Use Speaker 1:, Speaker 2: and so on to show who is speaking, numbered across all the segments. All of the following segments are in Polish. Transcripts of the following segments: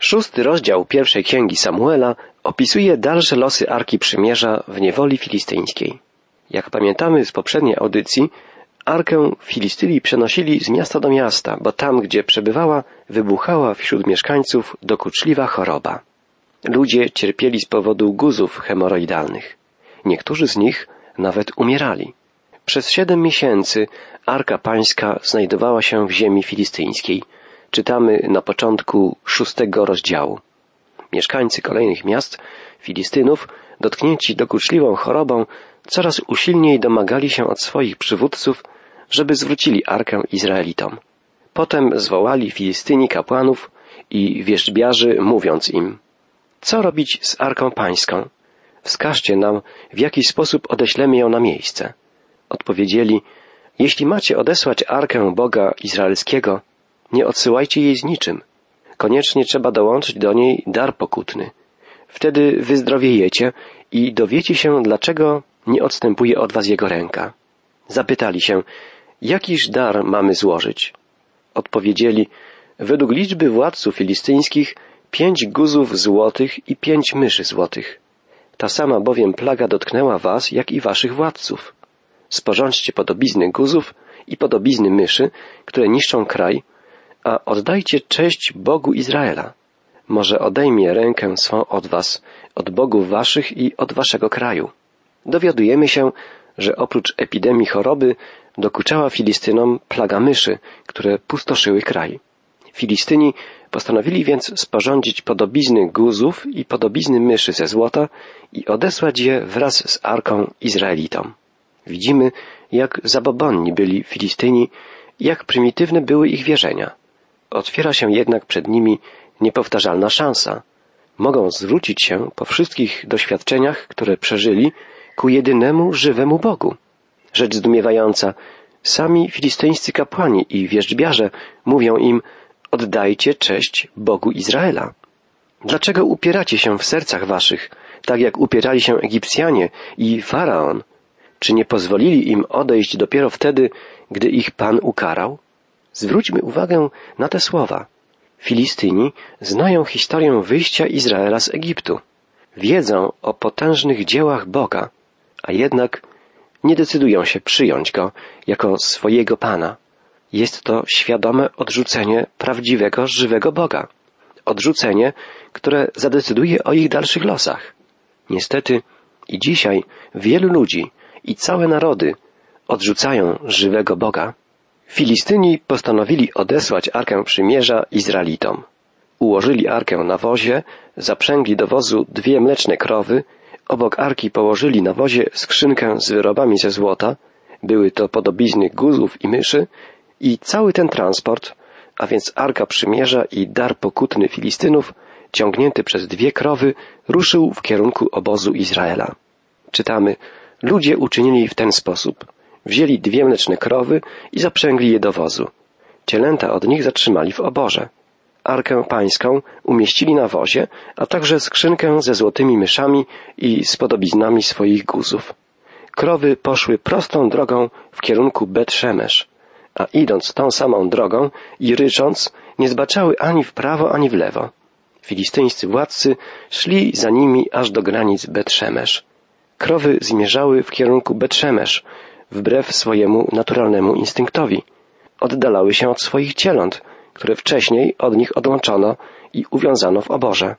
Speaker 1: 6 rozdział pierwszej księgi Samuela opisuje dalsze losy Arki Przymierza w niewoli filistyńskiej. Jak pamiętamy z poprzedniej audycji, Arkę Filistyni przenosili z miasta do miasta, bo tam, gdzie przebywała, wybuchała wśród mieszkańców dokuczliwa choroba. Ludzie cierpieli z powodu guzów hemoroidalnych. Niektórzy z nich nawet umierali. Przez 7 miesięcy Arka Pańska znajdowała się w ziemi filistyńskiej. Czytamy na początku 6 rozdziału. Mieszkańcy kolejnych miast Filistynów, dotknięci dokuczliwą chorobą, coraz usilniej domagali się od swoich przywódców, żeby zwrócili Arkę Izraelitom. Potem zwołali Filistyni kapłanów i wierzbiarzy, mówiąc im: co robić z Arką Pańską? Wskażcie nam, w jaki sposób odeślemy ją na miejsce. Odpowiedzieli: jeśli macie odesłać Arkę Boga Izraelskiego, nie odsyłajcie jej z niczym. Koniecznie trzeba dołączyć do niej dar pokutny. Wtedy wyzdrowiejecie i dowiecie się, dlaczego nie odstępuje od was jego ręka. Zapytali się: jakiż dar mamy złożyć? Odpowiedzieli: według liczby władców filistyńskich 5 guzów złotych i 5 myszy złotych. Ta sama bowiem plaga dotknęła was, jak i waszych władców. Sporządźcie podobizny guzów i podobizny myszy, które niszczą kraj, a oddajcie cześć Bogu Izraela. Może odejmie rękę swą od was, od bogów waszych i od waszego kraju. Dowiadujemy się, że oprócz epidemii choroby dokuczała Filistynom plaga myszy, które pustoszyły kraj. Filistyni postanowili więc sporządzić podobizny guzów i podobizny myszy ze złota i odesłać je wraz z Arką Izraelitom. Widzimy, jak zabobonni byli Filistyni i jak prymitywne były ich wierzenia. Otwiera się jednak przed nimi niepowtarzalna szansa. Mogą zwrócić się po wszystkich doświadczeniach, które przeżyli, ku jedynemu żywemu Bogu. Rzecz zdumiewająca. Sami filistyńscy kapłani i wierzbiarze mówią im: oddajcie cześć Bogu Izraela. Dlaczego upieracie się w sercach waszych, tak jak upierali się Egipcjanie i Faraon? Czy nie pozwolili im odejść dopiero wtedy, gdy ich Pan ukarał? Zwróćmy uwagę na te słowa. Filistyni znają historię wyjścia Izraela z Egiptu. Wiedzą o potężnych dziełach Boga, a jednak nie decydują się przyjąć Go jako swojego Pana. Jest to świadome odrzucenie prawdziwego, żywego Boga. Odrzucenie, które zadecyduje o ich dalszych losach. Niestety i dzisiaj wielu ludzi i całe narody odrzucają żywego Boga. Filistyni postanowili odesłać Arkę Przymierza Izraelitom. Ułożyli Arkę na wozie, zaprzęgli do wozu 2 mleczne krowy, obok Arki położyli na wozie skrzynkę z wyrobami ze złota, były to podobizny guzów i myszy, i cały ten transport, a więc Arka Przymierza i dar pokutny Filistynów, ciągnięty przez 2 krowy, ruszył w kierunku obozu Izraela. Czytamy: ludzie uczynili w ten sposób. Wzięli 2 mleczne krowy i zaprzęgli je do wozu. Cielęta od nich zatrzymali w oborze. Arkę Pańską umieścili na wozie, a także skrzynkę ze złotymi myszami i z podobiznami swoich guzów. Krowy poszły prostą drogą w kierunku Bet-Szemesz, a idąc tą samą drogą i rycząc, nie zbaczały ani w prawo, ani w lewo. Filistyńscy władcy szli za nimi aż do granic Bet-Szemesz. Krowy zmierzały w kierunku Bet-Szemesz, wbrew swojemu naturalnemu instynktowi. Oddalały się od swoich cieląt, które wcześniej od nich odłączono i uwiązano w oborze.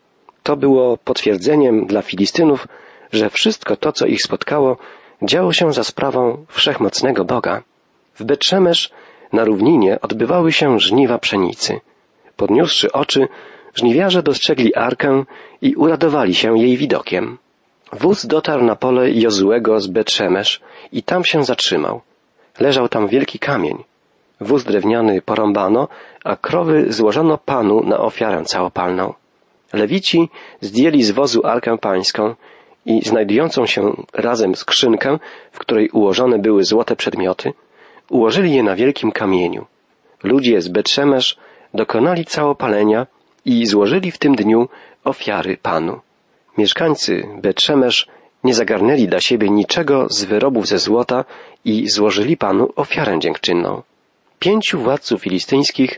Speaker 1: To było potwierdzeniem dla Filistynów, że wszystko to, co ich spotkało, działo się za sprawą wszechmocnego Boga. W Bet-Szemesz na równinie odbywały się żniwa pszenicy. Podniósłszy oczy, żniwiarze dostrzegli Arkę i uradowali się jej widokiem. Wóz dotarł na pole Jozuego z Bet-Szemesz i tam się zatrzymał. Leżał tam wielki kamień. Wóz drewniany porąbano, a krowy złożono Panu na ofiarę całopalną. Lewici zdjęli z wozu Arkę Pańską i znajdującą się razem skrzynkę, w której ułożone były złote przedmioty, ułożyli je na wielkim kamieniu. Ludzie z Bet-Szemesz dokonali całopalenia i złożyli w tym dniu ofiary Panu. Mieszkańcy Bet-Szemesz nie zagarnęli dla siebie niczego z wyrobów ze złota i złożyli Panu ofiarę dziękczynną. 5 władców filistyńskich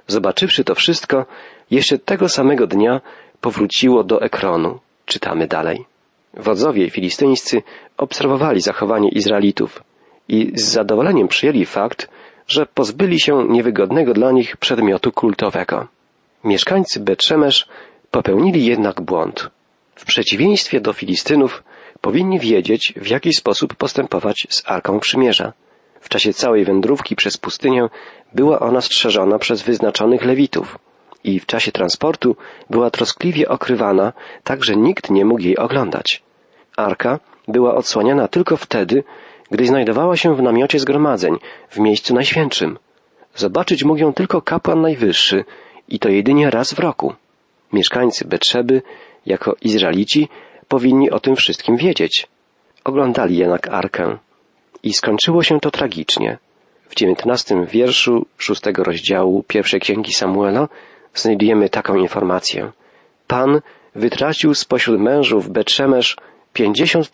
Speaker 1: zobaczywszy to wszystko, jeszcze tego samego dnia powróciło do Ekronu. Czytamy dalej. Wodzowie filistyńscy obserwowali zachowanie Izraelitów i z zadowoleniem przyjęli fakt, że pozbyli się niewygodnego dla nich przedmiotu kultowego. Mieszkańcy Bet-Szemesz popełnili jednak błąd. W przeciwieństwie do Filistynów powinni wiedzieć, w jaki sposób postępować z Arką Przymierza. W czasie całej wędrówki przez pustynię była ona strzeżona przez wyznaczonych Lewitów i w czasie transportu była troskliwie okrywana, tak że nikt nie mógł jej oglądać. Arka była odsłaniana tylko wtedy, gdy znajdowała się w namiocie zgromadzeń, w miejscu najświętszym. Zobaczyć mógł ją tylko kapłan najwyższy i to jedynie raz w roku. Mieszkańcy Bet-Szeby, jako Izraelici, powinni o tym wszystkim wiedzieć. Oglądali jednak Arkę i skończyło się to tragicznie. W 19 wierszu 6 rozdziału pierwszej księgi Samuela znajdujemy taką informację. Pan wytracił spośród mężów Bet-Szemesz 50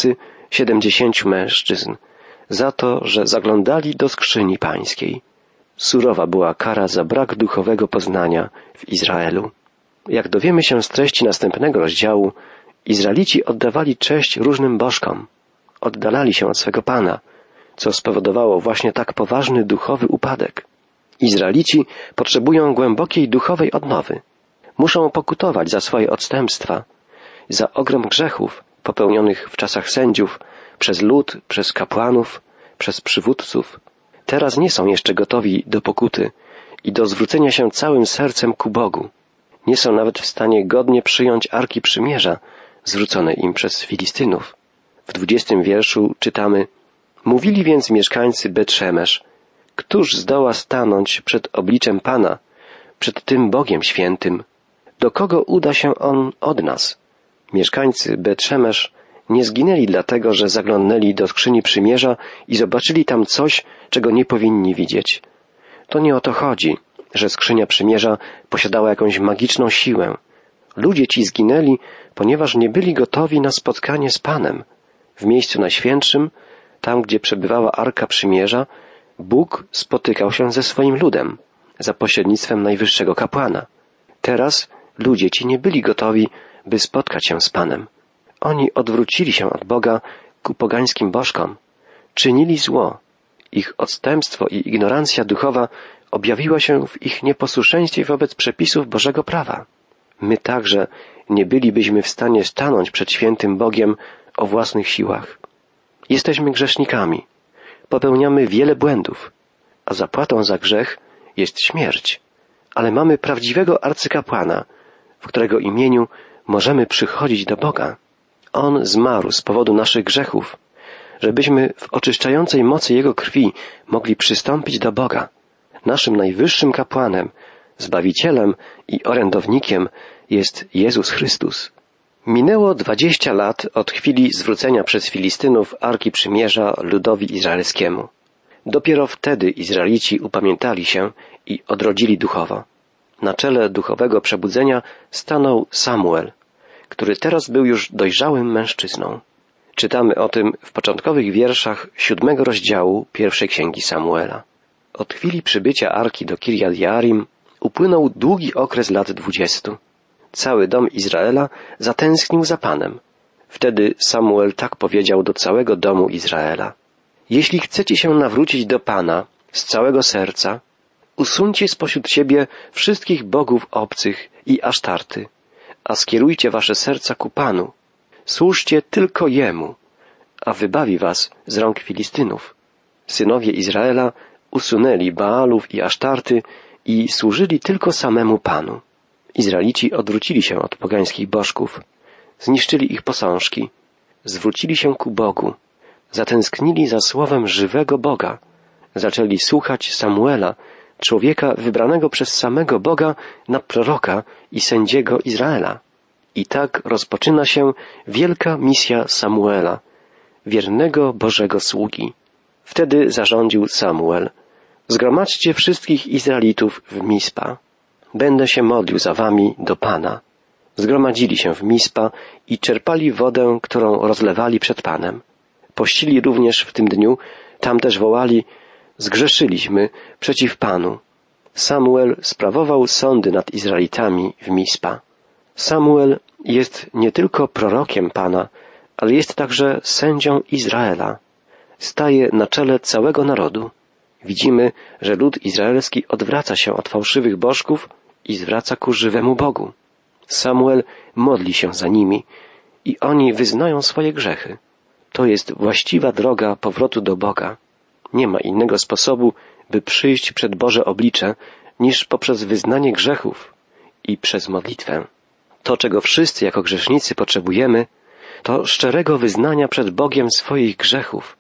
Speaker 1: 070 mężczyzn za to, że zaglądali do skrzyni pańskiej. Surowa była kara za brak duchowego poznania w Izraelu. Jak dowiemy się z treści następnego rozdziału, Izraelici oddawali cześć różnym bożkom. Oddalali się od swego Pana, co spowodowało właśnie tak poważny duchowy upadek. Izraelici potrzebują głębokiej duchowej odnowy. Muszą pokutować za swoje odstępstwa, za ogrom grzechów popełnionych w czasach sędziów, przez lud, przez kapłanów, przez przywódców. Teraz nie są jeszcze gotowi do pokuty i do zwrócenia się całym sercem ku Bogu. Nie są nawet w stanie godnie przyjąć Arki Przymierza, zwróconej im przez Filistynów. W 20 wierszu czytamy: Mówili więc mieszkańcy Bet-Szemesz, któż zdoła stanąć przed obliczem Pana, przed tym Bogiem świętym? Do kogo uda się On od nas? Mieszkańcy Bet-Szemesz nie zginęli dlatego, że zaglądnęli do skrzyni przymierza i zobaczyli tam coś, czego nie powinni widzieć. To nie o to chodzi, że skrzynia przymierza posiadała jakąś magiczną siłę. Ludzie ci zginęli, ponieważ nie byli gotowi na spotkanie z Panem. W miejscu najświętszym, tam gdzie przebywała Arka Przymierza, Bóg spotykał się ze swoim ludem za pośrednictwem najwyższego kapłana. Teraz ludzie ci nie byli gotowi, by spotkać się z Panem. Oni odwrócili się od Boga ku pogańskim bożkom, czynili zło. Ich odstępstwo i ignorancja duchowa objawiła się w ich nieposłuszeństwie wobec przepisów Bożego prawa. My także nie bylibyśmy w stanie stanąć przed świętym Bogiem o własnych siłach. Jesteśmy grzesznikami, popełniamy wiele błędów, a zapłatą za grzech jest śmierć. Ale mamy prawdziwego arcykapłana, w którego imieniu możemy przychodzić do Boga. On zmarł z powodu naszych grzechów, żebyśmy w oczyszczającej mocy Jego krwi mogli przystąpić do Boga. Naszym najwyższym kapłanem, Zbawicielem i orędownikiem jest Jezus Chrystus. Minęło 20 lat od chwili zwrócenia przez Filistynów Arki Przymierza ludowi izraelskiemu. Dopiero wtedy Izraelici upamiętali się i odrodzili duchowo. Na czele duchowego przebudzenia stanął Samuel, który teraz był już dojrzałym mężczyzną. Czytamy o tym w początkowych wierszach 7 rozdziału pierwszej księgi Samuela. Od chwili przybycia Arki do Kirjat Jearim upłynął długi okres lat 20. Cały dom Izraela zatęsknił za Panem. Wtedy Samuel tak powiedział do całego domu Izraela. Jeśli chcecie się nawrócić do Pana z całego serca, usuńcie spośród siebie wszystkich bogów obcych i Asztarty, a skierujcie wasze serca ku Panu. Służcie tylko Jemu, a wybawi was z rąk Filistynów. Synowie Izraela usunęli Baalów i Asztarty i służyli tylko samemu Panu. Izraelici odwrócili się od pogańskich bożków, zniszczyli ich posążki, zwrócili się ku Bogu, zatęsknili za słowem żywego Boga, zaczęli słuchać Samuela, człowieka wybranego przez samego Boga na proroka i sędziego Izraela. I tak rozpoczyna się wielka misja Samuela, wiernego Bożego sługi. Wtedy zarządził Samuel: zgromadźcie wszystkich Izraelitów w Mispa. Będę się modlił za wami do Pana. Zgromadzili się w Mispa i czerpali wodę, którą rozlewali przed Panem. Pościli również w tym dniu, tam też wołali: zgrzeszyliśmy przeciw Panu. Samuel sprawował sądy nad Izraelitami w Mispa. Samuel jest nie tylko prorokiem Pana, ale jest także sędzią Izraela. Staje na czele całego narodu. Widzimy, że lud izraelski odwraca się od fałszywych bożków i zwraca ku żywemu Bogu. Samuel modli się za nimi i oni wyznają swoje grzechy. To jest właściwa droga powrotu do Boga. Nie ma innego sposobu, by przyjść przed Boże oblicze, niż poprzez wyznanie grzechów i przez modlitwę. To, czego wszyscy jako grzesznicy potrzebujemy, to szczerego wyznania przed Bogiem swoich grzechów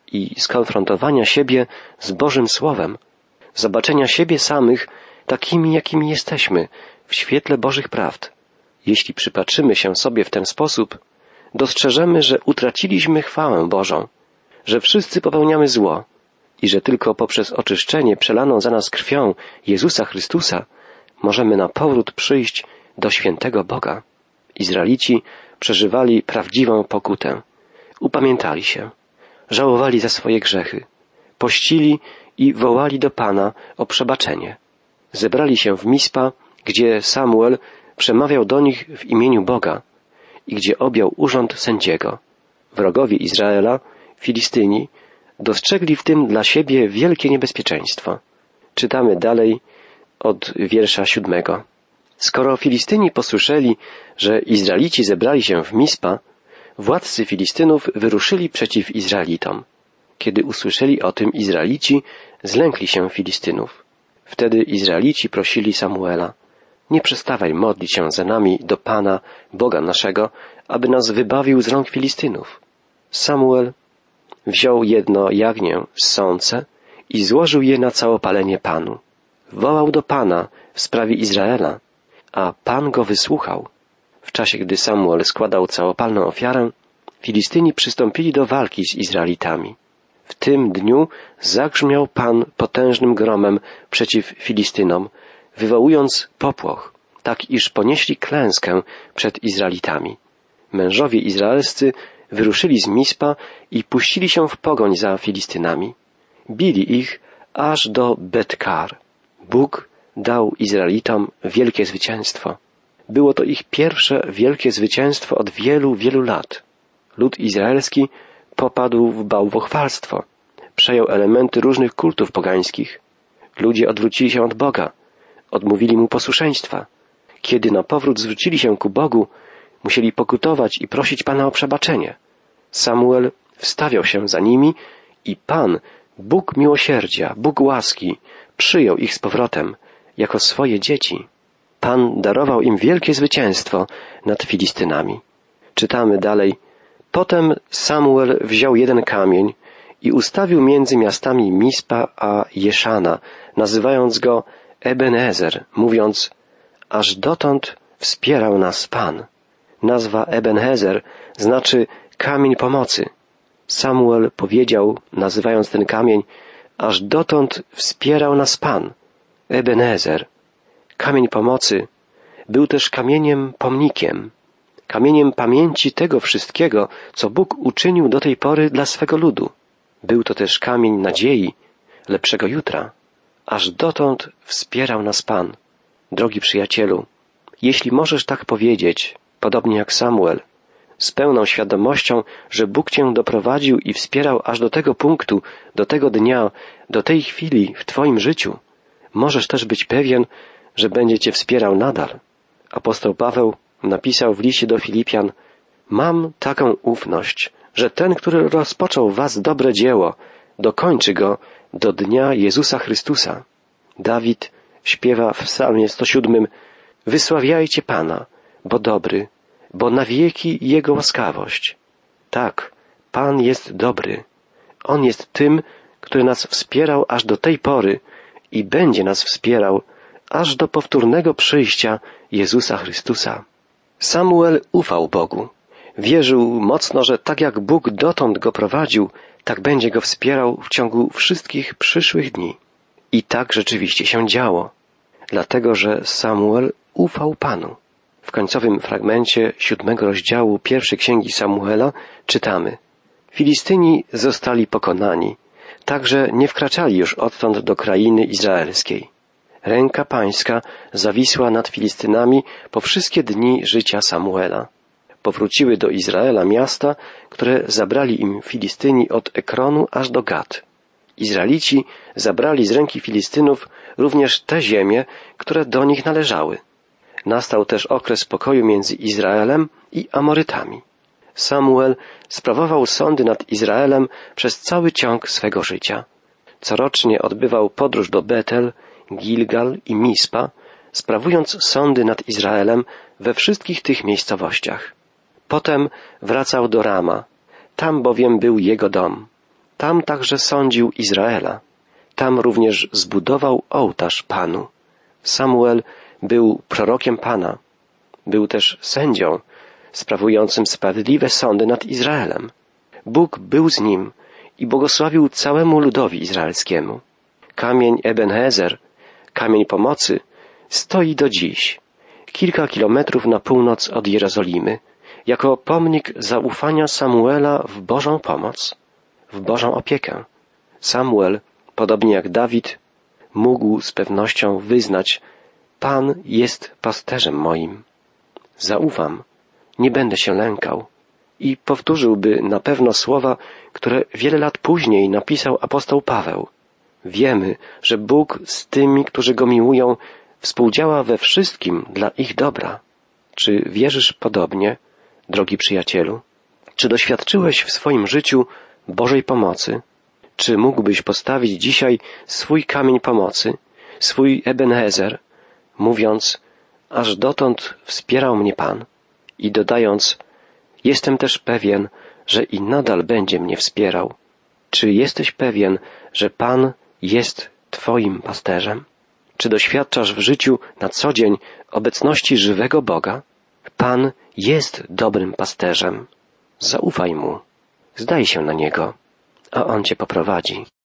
Speaker 1: i skonfrontowania siebie z Bożym Słowem, zobaczenia siebie samych takimi, jakimi jesteśmy, w świetle Bożych prawd. Jeśli przypatrzymy się sobie w ten sposób, dostrzeżemy, że utraciliśmy chwałę Bożą, że wszyscy popełniamy zło i że tylko poprzez oczyszczenie przelaną za nas krwią Jezusa Chrystusa możemy na powrót przyjść do świętego Boga. Izraelici przeżywali prawdziwą pokutę. Upamiętali się, żałowali za swoje grzechy, pościli i wołali do Pana o przebaczenie. Zebrali się w Mispa, gdzie Samuel przemawiał do nich w imieniu Boga i gdzie objął urząd sędziego. Wrogowie Izraela, Filistyni, dostrzegli w tym dla siebie wielkie niebezpieczeństwo. Czytamy dalej od wiersza 7. Skoro Filistyni posłyszeli, że Izraelici zebrali się w Mispa, władcy Filistynów wyruszyli przeciw Izraelitom. Kiedy usłyszeli o tym Izraelici, zlękli się Filistynów. Wtedy Izraelici prosili Samuela: nie przestawaj modlić się za nami do Pana, Boga naszego, aby nas wybawił z rąk Filistynów. Samuel wziął jedno jagnię z sące i złożył je na całopalenie Panu. Wołał do Pana w sprawie Izraela, a Pan go wysłuchał. W czasie, gdy Samuel składał całopalną ofiarę, Filistyni przystąpili do walki z Izraelitami. W tym dniu zagrzmiał Pan potężnym gromem przeciw Filistynom, wywołując popłoch, tak iż ponieśli klęskę przed Izraelitami. Mężowie izraelscy wyruszyli z Mispa i puścili się w pogoń za Filistynami. Bili ich aż do Bet-Kar. Bóg dał Izraelitom wielkie zwycięstwo. Było to ich pierwsze wielkie zwycięstwo od wielu, wielu lat. Lud izraelski popadł w bałwochwalstwo. Przejął elementy różnych kultów pogańskich. Ludzie odwrócili się od Boga. Odmówili Mu posłuszeństwa. Kiedy na powrót zwrócili się ku Bogu, musieli pokutować i prosić Pana o przebaczenie. Samuel wstawiał się za nimi i Pan, Bóg miłosierdzia, Bóg łaski, przyjął ich z powrotem jako swoje dzieci. Pan darował im wielkie zwycięstwo nad Filistynami. Czytamy dalej. Potem Samuel wziął jeden kamień i ustawił między miastami Mispa a Jeszana, nazywając go Ebenezer, mówiąc: aż dotąd wspierał nas Pan. Nazwa Ebenezer znaczy kamień pomocy. Samuel powiedział, nazywając ten kamień: aż dotąd wspierał nas Pan. Ebenezer, kamień pomocy, był też kamieniem pomnikiem, kamieniem pamięci tego wszystkiego, co Bóg uczynił do tej pory dla swego ludu. Był to też kamień nadziei, lepszego jutra. Aż dotąd wspierał nas Pan. Drogi przyjacielu, jeśli możesz tak powiedzieć, podobnie jak Samuel, z pełną świadomością, że Bóg cię doprowadził i wspierał aż do tego punktu, do tego dnia, do tej chwili w twoim życiu, możesz też być pewien, że będzie cię wspierał nadal. Apostoł Paweł napisał w liście do Filipian: mam taką ufność, że ten, który rozpoczął w was dobre dzieło, dokończy go do dnia Jezusa Chrystusa. Dawid śpiewa w psalmie 107: wysławiajcie Pana, bo dobry, bo na wieki Jego łaskawość. Tak, Pan jest dobry. On jest tym, który nas wspierał aż do tej pory i będzie nas wspierał aż do powtórnego przyjścia Jezusa Chrystusa. Samuel ufał Bogu. Wierzył mocno, że tak jak Bóg dotąd go prowadził, tak będzie go wspierał w ciągu wszystkich przyszłych dni. I tak rzeczywiście się działo, dlatego że Samuel ufał Panu. W końcowym fragmencie 7 rozdziału pierwszej księgi Samuela czytamy: Filistyni zostali pokonani, także nie wkraczali już odtąd do krainy izraelskiej. Ręka Pańska zawisła nad Filistynami po wszystkie dni życia Samuela. Powróciły do Izraela miasta, które zabrali im Filistyni od Ekronu aż do Gat. Izraelici zabrali z ręki Filistynów również te ziemie, które do nich należały. Nastał też okres pokoju między Izraelem i Amorytami. Samuel sprawował sądy nad Izraelem przez cały ciąg swego życia. Corocznie odbywał podróż do Betel, Gilgal i Mispa, sprawując sądy nad Izraelem we wszystkich tych miejscowościach. Potem wracał do Rama, tam bowiem był jego dom. Tam także sądził Izraela. Tam również zbudował ołtarz Panu. Samuel był prorokiem Pana. Był też sędzią, sprawującym sprawiedliwe sądy nad Izraelem. Bóg był z nim i błogosławił całemu ludowi izraelskiemu. Kamień Ebenezer, kamień pomocy, stoi do dziś, kilka kilometrów na północ od Jerozolimy, jako pomnik zaufania Samuela w Bożą pomoc, w Bożą opiekę. Samuel, podobnie jak Dawid, mógł z pewnością wyznać: Pan jest pasterzem moim. Zaufam, nie będę się lękał. I powtórzyłby na pewno słowa, które wiele lat później napisał apostoł Paweł. Wiemy, że Bóg z tymi, którzy Go miłują, współdziała we wszystkim dla ich dobra. Czy wierzysz podobnie, drogi przyjacielu? Czy doświadczyłeś w swoim życiu Bożej pomocy? Czy mógłbyś postawić dzisiaj swój kamień pomocy, swój Ebenezer, mówiąc: aż dotąd wspierał mnie Pan, i dodając: jestem też pewien, że i nadal będzie mnie wspierał. Czy jesteś pewien, że Pan jest Twoim pasterzem? Czy doświadczasz w życiu na co dzień obecności żywego Boga? Pan jest dobrym pasterzem. Zaufaj Mu, zdaj się na Niego, a On Cię poprowadzi.